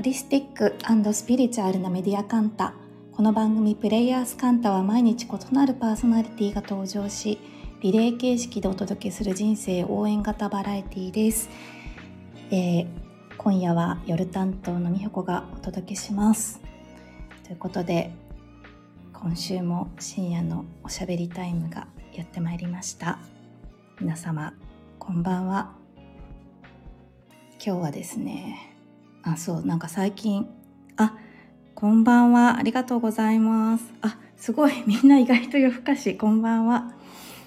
リスティック&スピリチュアルなメディアカンタ。この番組プレイヤースカンタは毎日異なるパーソナリティが登場し、リレー形式でお届けする人生応援型バラエティです。今夜は夜担当の美穂子がお届けします。ということで、今週も深夜のおしゃべりタイムがやってまいりました。皆様こんばんは。今日はですね、なんか最近こんばんは、ありがとうございます。すごいみんな意外と夜更かし、こんばんは。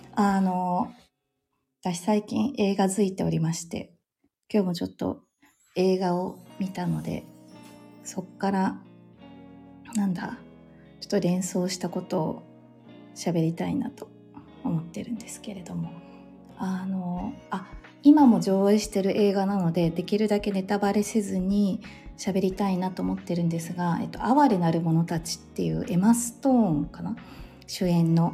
私最近映画づいておりまして、今日もちょっと映画を見たので、そっからちょっと連想したことを喋りたいなと思ってるんですけれども、今も上映してる映画なので、できるだけネタバレせずに喋りたいなと思ってるんですが、哀れなる者たちっていうエマ・ストーンかな、主演の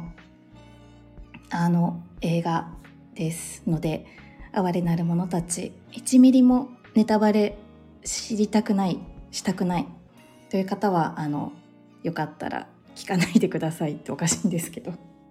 映画ですので、哀れなる者たち、1ミリもネタバレしたくないという方はよかったら聞かないでくださいっておかしいんですけど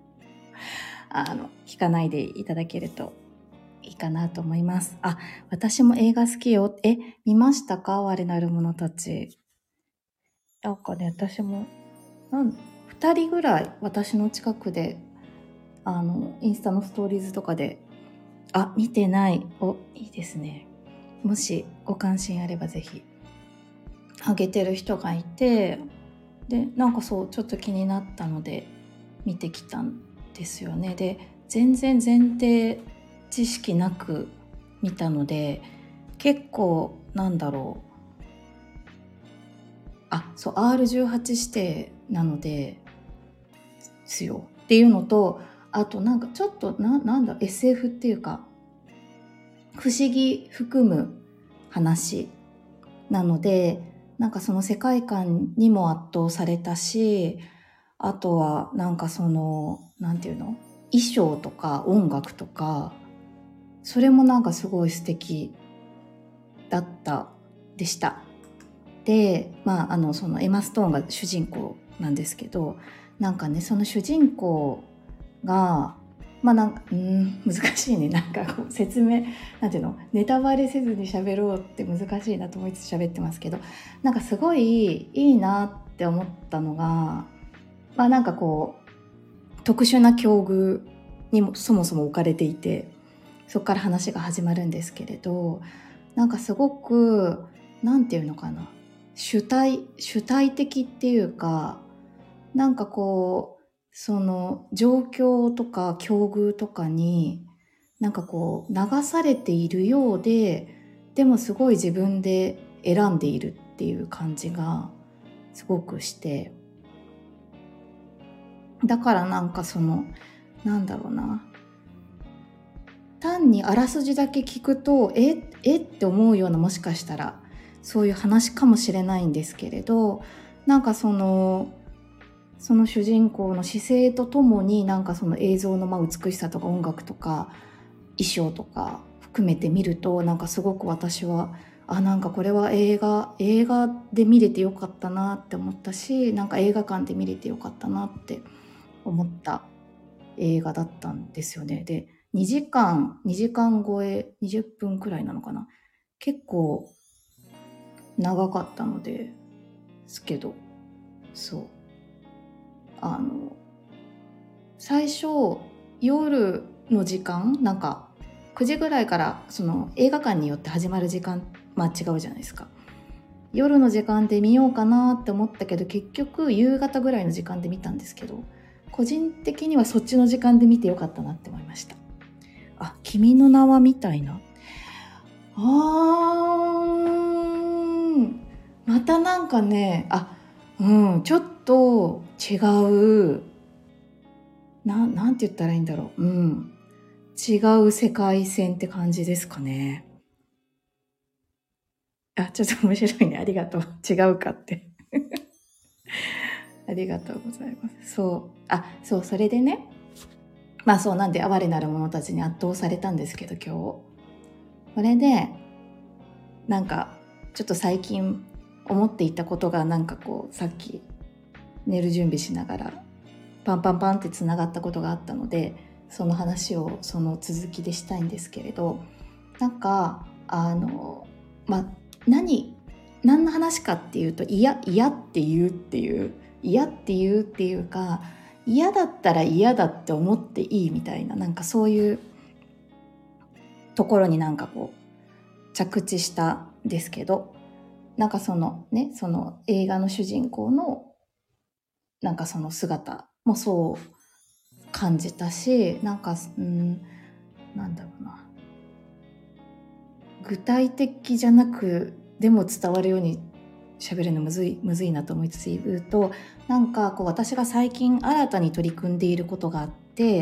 聞かないでいただけるといいかなと思います。私も映画好きよ。見ましたか？哀れなる者たち。なんかね、私も2人ぐらい私の近くでインスタのストーリーズとかで見てない、いいですね。もしご関心あればぜひあげてる人がいて、でちょっと気になったので見てきたんですよね。で、全然前提知識なく見たので、結構R18 指定なのですよっていうのと、あとちょっとSF っていうか不思議含む話なので、その世界観にも圧倒されたし、あとは衣装とか音楽とか、それもすごい素敵でした。で、そのエマ・ストーンが主人公なんですけど、その主人公が難しいね。説明ネタバレせずに喋ろうって難しいなと思いつつ喋ってますけど、すごいいいなって思ったのが、特殊な境遇にもそもそも置かれていて、そこから話が始まるんですけれど、すごく主体的っていうか、その状況とか境遇とかに流されているようで、でもすごい自分で選んでいるっていう感じがすごくして、だから単にあらすじだけ聞くとって思うような、もしかしたらそういう話かもしれないんですけれど、その主人公の姿勢とともにその映像の美しさとか音楽とか衣装とか含めて見ると、すごく私はこれは映画で見れてよかったなって思ったし、映画館で見れてよかったなって思った映画だったんですよね。で、2時間超え、20分くらいなのかな、結構長かったのですけど、最初夜の時間9時ぐらいから、その映画館によって始まる時間違うじゃないですか。夜の時間で見ようかなって思ったけど、結局夕方ぐらいの時間で見たんですけど、個人的にはそっちの時間で見てよかったなって思いました。君の名はみたいな。またちょっと違う、なんて言ったらいいんだろう。違う世界線って感じですかね。ちょっと面白いね。ありがとう。違うかってありがとうございます。それでね、なんで哀れなる者たちに圧倒されたんですけど、今日それでちょっと最近思っていたことがなんかこうさっき寝る準備しながらパンパンパンってつながったことがあったので、その話をその続きでしたいんですけれど、なんか何の話かっていうと、嫌って言うっていうか、嫌だったら嫌だって思っていいみたいな、なんかそういうところになんかこう着地したんですけど、なんかその映画の主人公のなんかその姿もそう感じたし、なんかなんだろうな、具体的じゃなくでも伝わるように喋るのむずいなと思いつつ言うと、なんかこう私が最近新たに取り組んでいることがあって、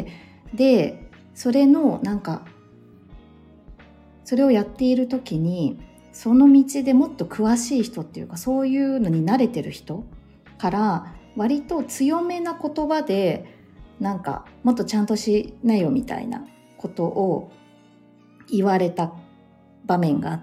でそれのなんかそれをやっている時に、その道でもっと詳しい人っていうか、そういうのに慣れてる人から割と強めな言葉で、なんかもっとちゃんとしなよみたいなことを言われた場面があって、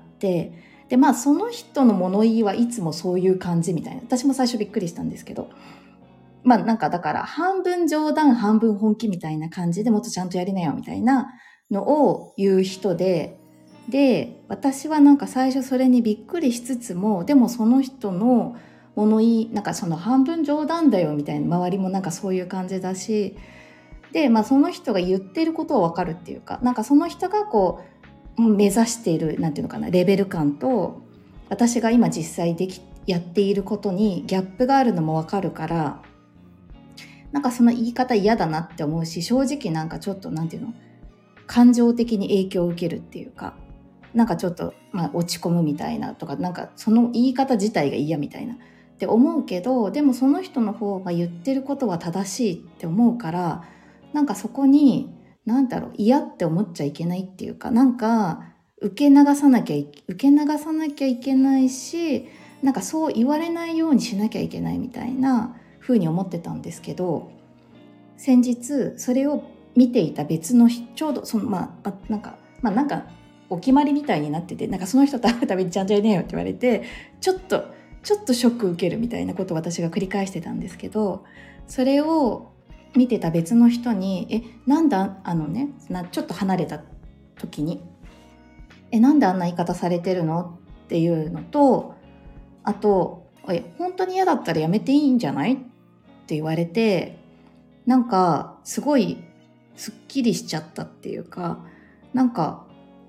でその人の物言いはいつもそういう感じみたいな、私も最初びっくりしたんですけど、なんかだから半分冗談半分本気みたいな感じで、もっとちゃんとやりなよみたいなのを言う人で、私はなんか最初それにびっくりしつつも、でもその人の物言い、なんかその半分冗談だよみたいな、周りもなんかそういう感じだし、でその人が言ってることは分かるっていうか、なんかその人がこう目指しているなんていうのかな、レベル感と私が今実際やっていることにギャップがあるのも分かるから、なんかその言い方嫌だなって思うし、正直なんかちょっとなんていうの、感情的に影響を受けるっていうか、なんかちょっと落ち込むみたいなとか、なんかその言い方自体が嫌みたいなって思うけど、でもその人の方が言ってることは正しいって思うから、なんかそこに嫌って思っちゃいけないっていうか、なんか受け流さなきゃいけないし、なんかそう言われないようにしなきゃいけないみたいな風に思ってたんですけど、先日それを見ていた別の人、ちょうどそのなんかお決まりみたいになってて、なんかその人と会うたびにちゃんとやりなよって言われて、ちょっとショック受けるみたいなことを私が繰り返してたんですけど、それを見てた別の人になんだちょっと離れた時になんであんな言い方されてるのっていうのと、あと本当に嫌だったらやめていいんじゃないって言われて、なんかすごいすっきりしちゃったっていうか、なんか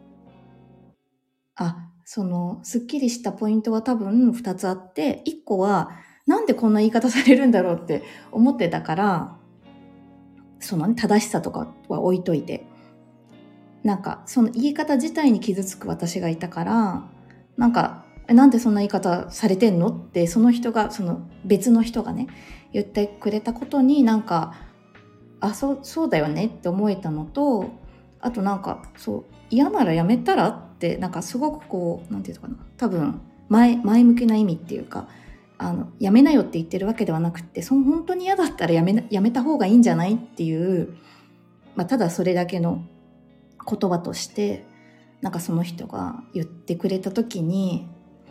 そのすっきりしたポイントは多分2つあって、1個はなんでこんな言い方されるんだろうって思ってたから、その正しさとかは置いといて、なんかその言い方自体に傷つく私がいたから、なんでそんな言い方されてんのってその別の人がね言ってくれたことに、なんかそうだよねって思えたのと、あとなんか嫌ならやめたらって、なんかすごくこうなんていうのかな、多分前向きな意味っていうか、やめなよって言ってるわけではなくて、本当に嫌だったらやめた方がいいんじゃないっていう、ただそれだけの言葉としてなんかその人が言ってくれた時に、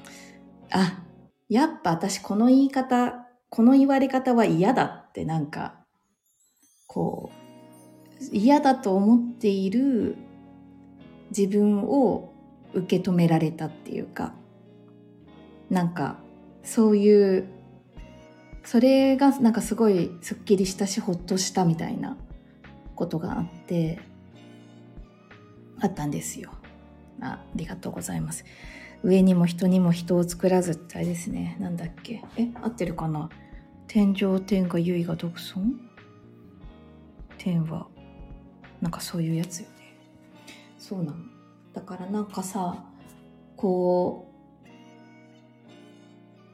やっぱ私この言われ方は嫌だって、なんかこう嫌だと思っている自分を受け止められたっていうか、なんかそういうそれがなんかすごいすっきりしたし、ほっとしたみたいなことがあったんですよ。ありがとうございます。上にも人にも人を作らずってあれですね。なんだっけ、合ってるかな。天上天下唯我独尊、天はなんかそういうやつよね。そうなの。だからなんかさ、こう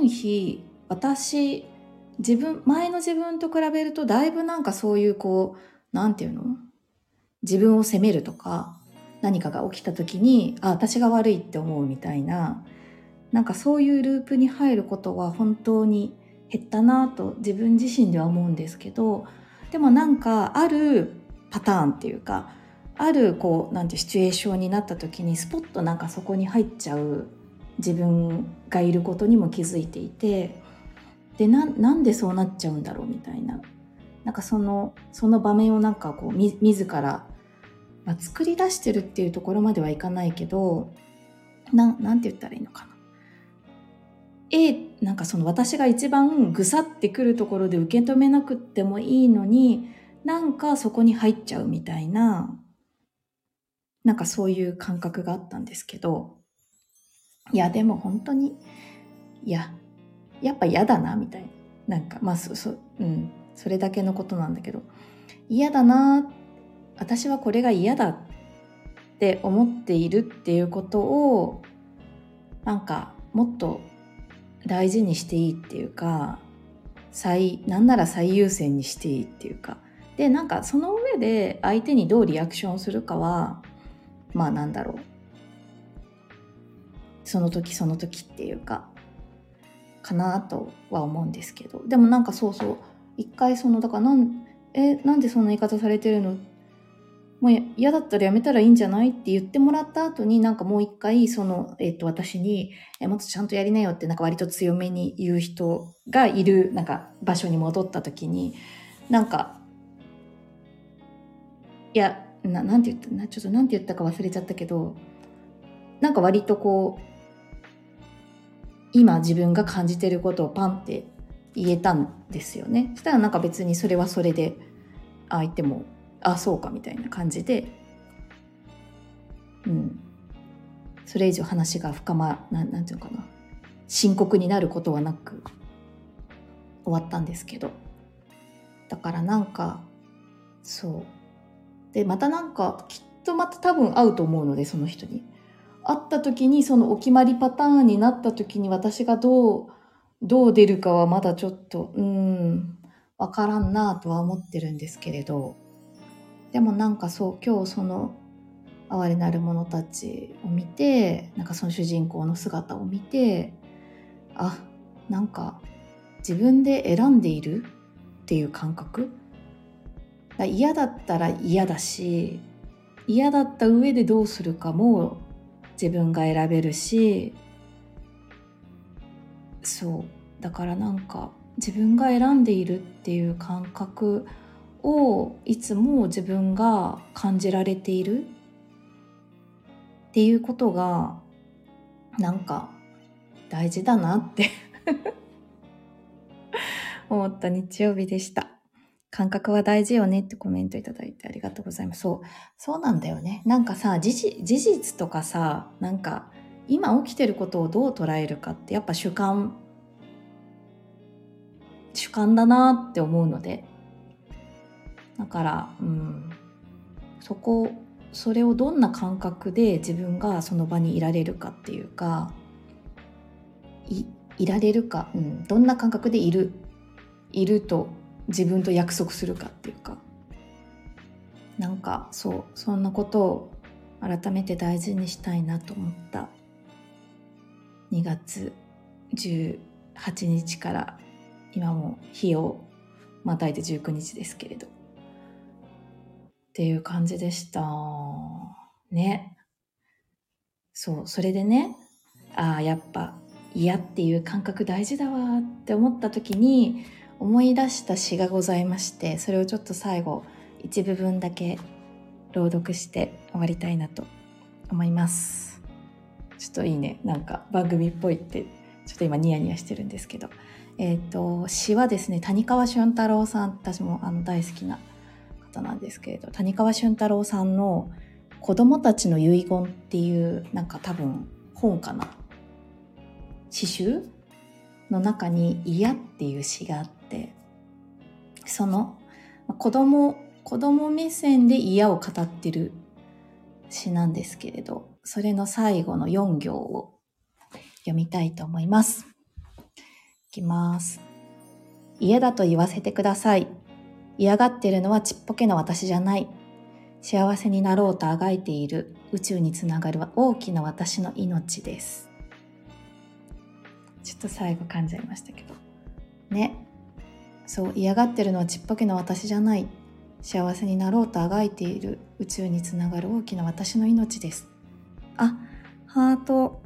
前の自分と比べるとだいぶなんかそういうなんていうの、自分を責めるとか、何かが起きた時に私が悪いって思うみたいな、なんかそういうループに入ることは本当に減ったなと自分自身では思うんですけど、でもなんかあるパターンっていうか、あるなんてシチュエーションになった時にスポッとなんかそこに入っちゃう自分がいることにも気づいていて、でなんでそうなっちゃうんだろうみたいな、なんかその場面をなんかこう自ら、作り出してるっていうところまではいかないけど、なんて言ったらいいのかな、なんかその私が一番ぐさってくるところで受け止めなくってもいいのに、なんかそこに入っちゃうみたいな、なんかそういう感覚があったんですけど、いやでも本当に、いややっぱ嫌だなみたいな、なんかそれだけのことなんだけど、嫌だな、私はこれが嫌だって思っているっていうことを、なんかもっと大事にしていいっていうか、なんなら最優先にしていいっていうか、でなんかその上で相手にどうリアクションするかは、なんだろう、その時その時っていうかかなとは思うんですけど、でもなんか一回だからなんでそんな言い方されてるの、もう嫌だったらやめたらいいんじゃないって言ってもらった後に、なんかもう一回私にもっとちゃんとやりなよってなんか割と強めに言う人がいるなんか場所に戻った時に、なんかいやなんて言ったか忘れちゃったけど、なんか割とこう今自分が感じてることをパンって言えたんですよね。そしたらなんか別にそれはそれで相手もそうかみたいな感じで、それ以上話がなんていうのかな、深刻になることはなく終わったんですけど、だからなんかでまたなんかきっとまた多分会うと思うので、その人に会った時にそのお決まりパターンになった時に私がどう出るかはまだちょっとわからんなとは思ってるんですけれど、でもなんか今日その哀れなる者たちを見て、なんかその主人公の姿を見て、なんか自分で選んでいるっていう感覚、嫌だったら嫌だし、嫌だった上でどうするかも自分が選べるし、だからなんか自分が選んでいるっていう感覚をいつも自分が感じられているっていうことがなんか大事だなって思った日曜日でした。感覚は大事よねってコメントいただいてありがとうございます。そうなんだよね。なんかさ、事実とかさ、なんか今起きてることをどう捉えるかってやっぱ主観だなって思うので、だからそれをどんな感覚で自分がその場にいられるかっていうか、いられるか、どんな感覚でいると自分と約束するかっていうか、なんかそんなことを改めて大事にしたいなと思った2月18日から今も日をまたいで19日ですけれどっていう感じでしたね。それでね、やっぱ嫌っていう感覚大事だわって思った時に思い出した詩がございまして、それをちょっと最後一部分だけ朗読して終わりたいなと思います。ちょっといいね、なんか番組っぽいってちょっと今ニヤニヤしてるんですけど、詩はですね、谷川俊太郎さん、私も大好きな方なんですけれど、谷川俊太郎さんの子供たちの遺言っていうなんか多分本かな、詩集の中に嫌っていう詩があって、その子供目線で嫌を語ってる詩なんですけれど、それの最後の4行を読みたいと思います。いきます。嫌だと言わせてください。嫌がってるのはちっぽけな私じゃない。幸せになろうとあがいている宇宙につながる大きな私の命です。ちょっと最後噛んじゃいましたけどね。嫌がってるのはちっぽけな私じゃない。幸せになろうとあがいている宇宙につながる大きな私の命です。ハート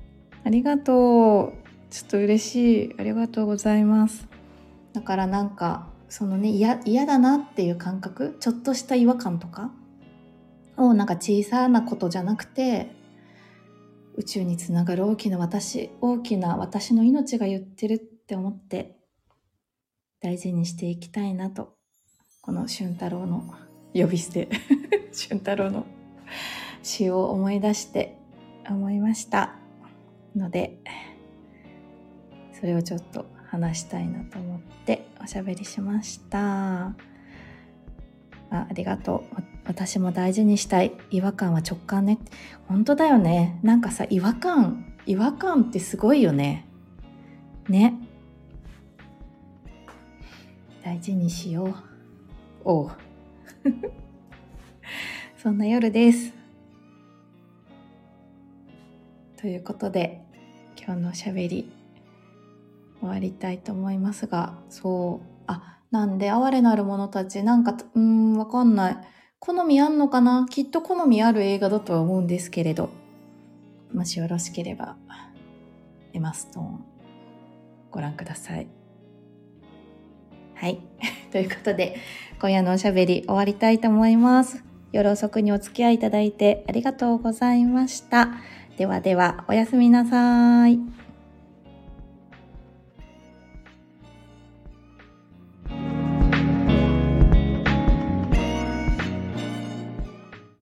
ありがとう。ちょっと嬉しい。ありがとうございます。だからなんかそのね、嫌だなっていう感覚、ちょっとした違和感とかをなんか小さなことじゃなくて、宇宙につながる大きな私の命が言ってるって思って大事にしていきたいなと、この俊太郎の呼び捨て俊太郎の詩を思い出して思いましたので、それをちょっと話したいなと思っておしゃべりしました。ありがとう。私も大事にしたい。違和感は直感ね。本当だよね。なんかさ、違和感ってすごいよね。ね。大事にしよう。おう。そんな夜です。ということで、今日のおしゃべり終わりたいと思いますが、なんで哀れなる者たち、なんかわかんない。好みあんのかな？きっと好みある映画だとは思うんですけれど、もしよろしければエマストーンご覧ください。はいということで、今夜のおしゃべり終わりたいと思います。夜遅くにお付き合いいただいてありがとうございました。ではでは、おやすみなさい。